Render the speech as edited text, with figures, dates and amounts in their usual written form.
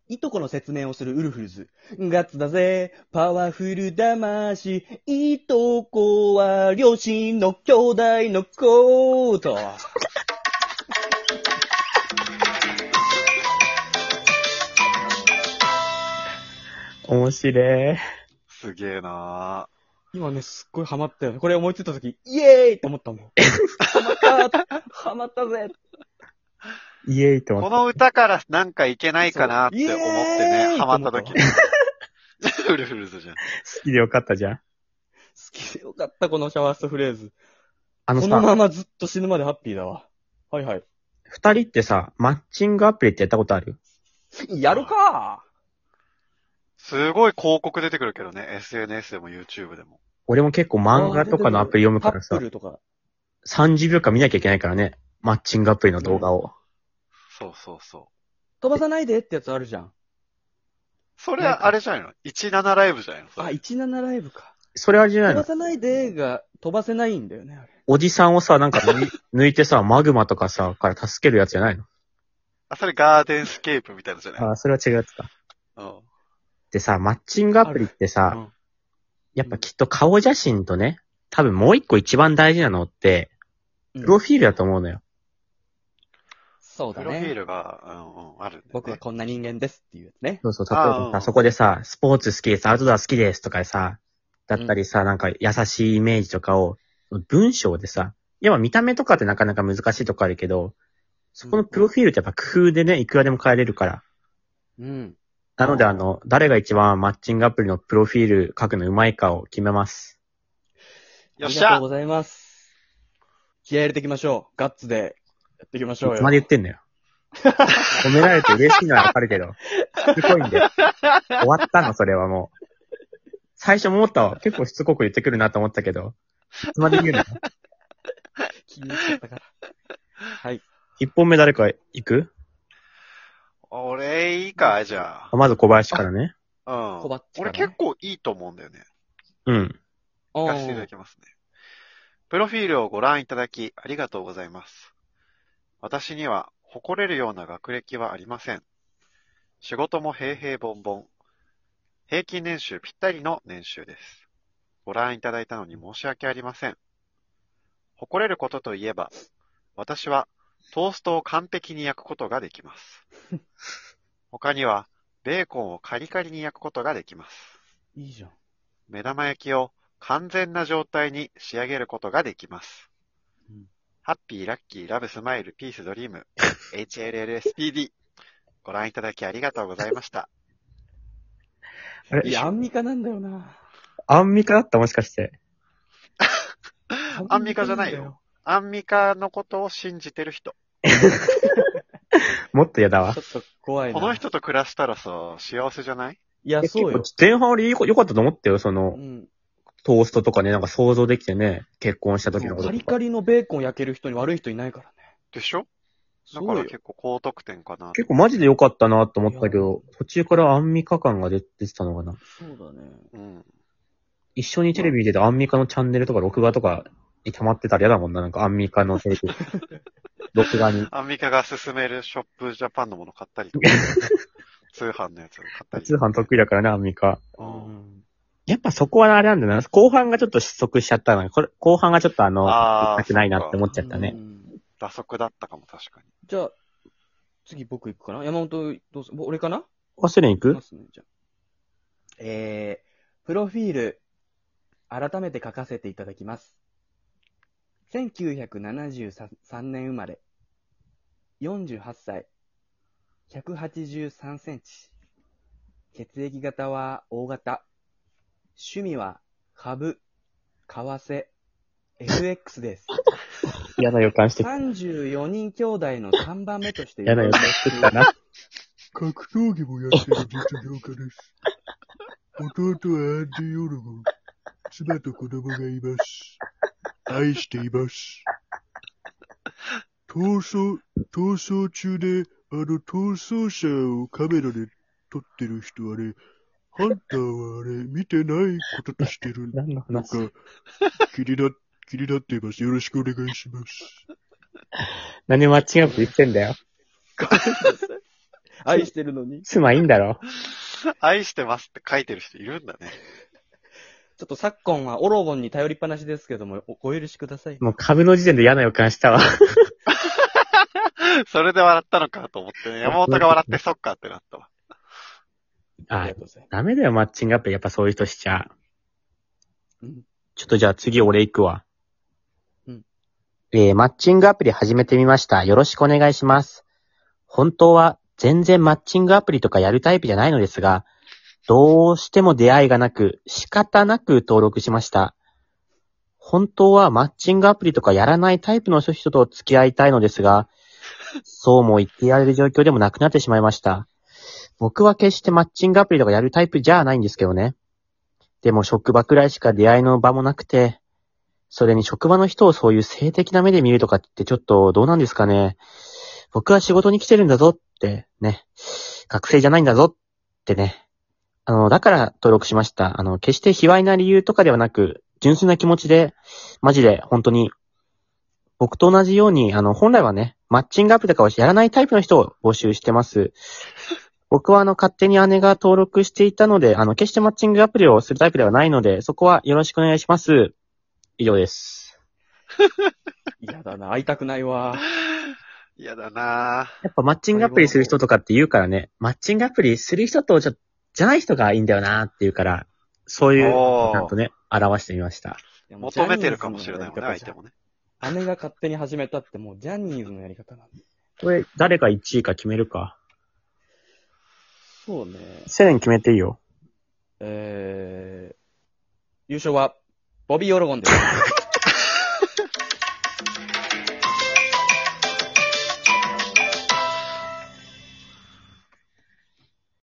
いとこの説明をするウルフルズ。ガッツだぜ、パワフル魂。いとこは両親の兄弟の子と。 面白い。 すげえな今ね、すっごいハマったよ。これ思いついたとき、イエーイって思ったもん。ハマったハマったぜ。 イエーイと思って。 この歌からなんかいけないかなってそう思ってイエーね、 イハマった時って思ウルフルズじゃん。 好きでよかったじゃん。 好きでよかった、このシャワーストフレーズ。 あのこのまさ、 まずっと死ぬまでハッピーだわ。はいはい。 二人ってさ、マッチングアプリってやったことある？ やるかすごい広告出てくるけどね、SNS でも YouTube でも。 俺も結構漫画とかのアプリ読むからさタップ、ルとか。 30秒間見なきゃいけないからね。マッチングアプリの動画を。 そうそうそう。 飛ばさないでってやつあるじゃん。 それはあれじゃないの ?17 ライブじゃないのそれあ、17ライブか。 それあれじゃないの？ 飛ばさないでが飛ばせないんだよね、あれ。 おじさんをさ、なんか抜いてさ、マグマとかさ、から助けるやつじゃないの？ あ、それガーデンスケープみたいなのじゃないあ、それは違うやつか。 うん。 でさ、マッチングアプリってさ、 うんやっぱきっと顔写真とね、多分もう一個一番大事なのって、プロフィールだと思うのよ。 そうだプロフィーね。 ルが、あるんだよね。 僕はこんな人間ですっていうやつね。 そうそう、例えばさ、 うんそこでさ、スポーツ好きです、アウトドア好きですとかさ、だったりさ、なんか優しいイメージとかを、文章でさ、要は見た目とかってなかなか難しいとこあるけど、そこのプロフィールってやっぱ工夫でね、いくらでも変えれるから。 うん。 なので誰が一番マッチングアプリのプロフィール書くのうまいかを決めます。 よっしゃありがとうございます。気合い入れていきましょう。ガッツでやっていきましょうよ。 いつまで言ってんのよ。褒められて嬉しいのはわかるけど、しつこいんで。終わったの、それはもう。最初思ったわ。結構しつこく言ってくるなと思ったけど、いつまで言うのよ。 気に入っちゃったから。はい。 一本目誰か行く？ 俺いいか、じゃまず小林からね。 あ。 小バッチからね俺結構いいと思うんだよね。 うん。 聞かせていただきますね。プロフィールをご覧いただきありがとうございます。私には誇れるような学歴はありません。仕事も平々凡々。平均年収ぴったりの年収です。ご覧いただいたのに申し訳ありません。誇れることといえば、私はトーストを完璧に焼くことができます。他には、ベーコンをカリカリに焼くことができます。 いいじゃん。 目玉焼きを完全な状態に仕上げることができます。 うんハッピー、ラッキー、ラブ、スマイル、ピース、ドリーム、HLLSPD。ご覧いただきありがとうございました。 あれいや、アンミカなんだよな。 アンミカだったもしかして。 アンミカじゃないよ。アンミカのことを信じてる人。 もっと嫌だわちょ。っと怖いな。 この人と暮らしたらさ、幸せじゃない？ いや、そうよ。 結構前半俺良かったと思ったよ、そのう、ん。 トーストとかね、なんか想像できてね、結婚した時のこととか。 カリカリのベーコン焼ける人に悪い人いないからね。 でしょ？だそうよ。 から結構高得点かな。 結構マジで良かったなと思ったけど、途中からアンミカ感が出てたのかな。 そうだね。 うん。 一緒にテレビ見ててアンミカのチャンネルとか録画とかに溜まってたら嫌だもんな、なんかアンミカのテレビ。録画に。 アンミカが勧めるショップジャパンのもの買ったりとか、通販のやつを買ったり。 通販得意だからね、アンミカ。 ううんん。 やっぱそこはあれなんだよな。後半がちょっと失速しちゃったな。これ、後半がちょっとあー言いたくないなって思っちゃったね。 うん打足だったかも、確かに。 じゃあ、次僕行くかな。山本、どうす俺かな忘れに行く？ ますね、じゃあプロフィール、改めて書かせていただきます。1973年生まれ、48歳、183センチ。血液型は O 型。趣味は株、為替、FX です。 嫌な予感してきた。 34人兄弟の3番目として嫌な予感してきたな。 格闘技もやってる実業家です。弟はアンディ・オルゴン。妻と子供がいます。愛しています。逃走中で、逃走車をカメラで撮ってる人はね、ハンターはあれ、見てないこととしてる何のの話？ か、気になっています。よろしくお願いします。 何間違って言ってんだよ。 愛してるのに。 妻いいんだろ。 愛してますって書いてる人いるんだね。 ちょっと昨今はオロゴンに頼りっぱなしですけども、ご許しください。 もう株の時点で嫌な予感したわ。 それで笑ったのかと思ってね。山本が笑ってそっかってなったわ。 あありがとうございます。 ダメだよ、マッチングアプリ。やっぱそういう人しちゃ。 うんちょっとじゃあ次俺行くわ。 うんマッチングアプリ始めてみました。よろしくお願いします。本当は全然マッチングアプリとかやるタイプじゃないのですが、どうしても出会いがなく、仕方なく登録しました。本当はマッチングアプリとかやらないタイプの人と付き合いたいのですが、そうも言ってやれる状況でもなくなってしまいました。僕は決してマッチングアプリとかやるタイプじゃないんですけどね。でも職場くらいしか出会いの場もなくて、それに職場の人をそういう性的な目で見るとかってちょっとどうなんですかね。僕は仕事に来てるんだぞってね。学生じゃないんだぞってね。だから登録しました。決して卑猥な理由とかではなく、純粋な気持ちで、マジで本当に、僕と同じように、本来はね、マッチングアプリとかをやらないタイプの人を募集してます。僕は勝手に姉が登録していたので、決してマッチングアプリをするタイプではないので、そこはよろしくお願いします。以上です。 嫌だな、会いたくないわ。 嫌だなやっぱマッチングアプリする人とかって言うからね、マッチングアプリする人とじゃない人がいいんだよなっていうから、そういう、 おーちゃんとね、表してみました。 求めてるかもしれないもんね、相手もね。 姉が勝手に始めたってもうジャニーズのやり方なんで。 これ、誰が1位か決めるか。 そうね。 セレン決めていいよ。 優勝は、ボビー・オロゴンです。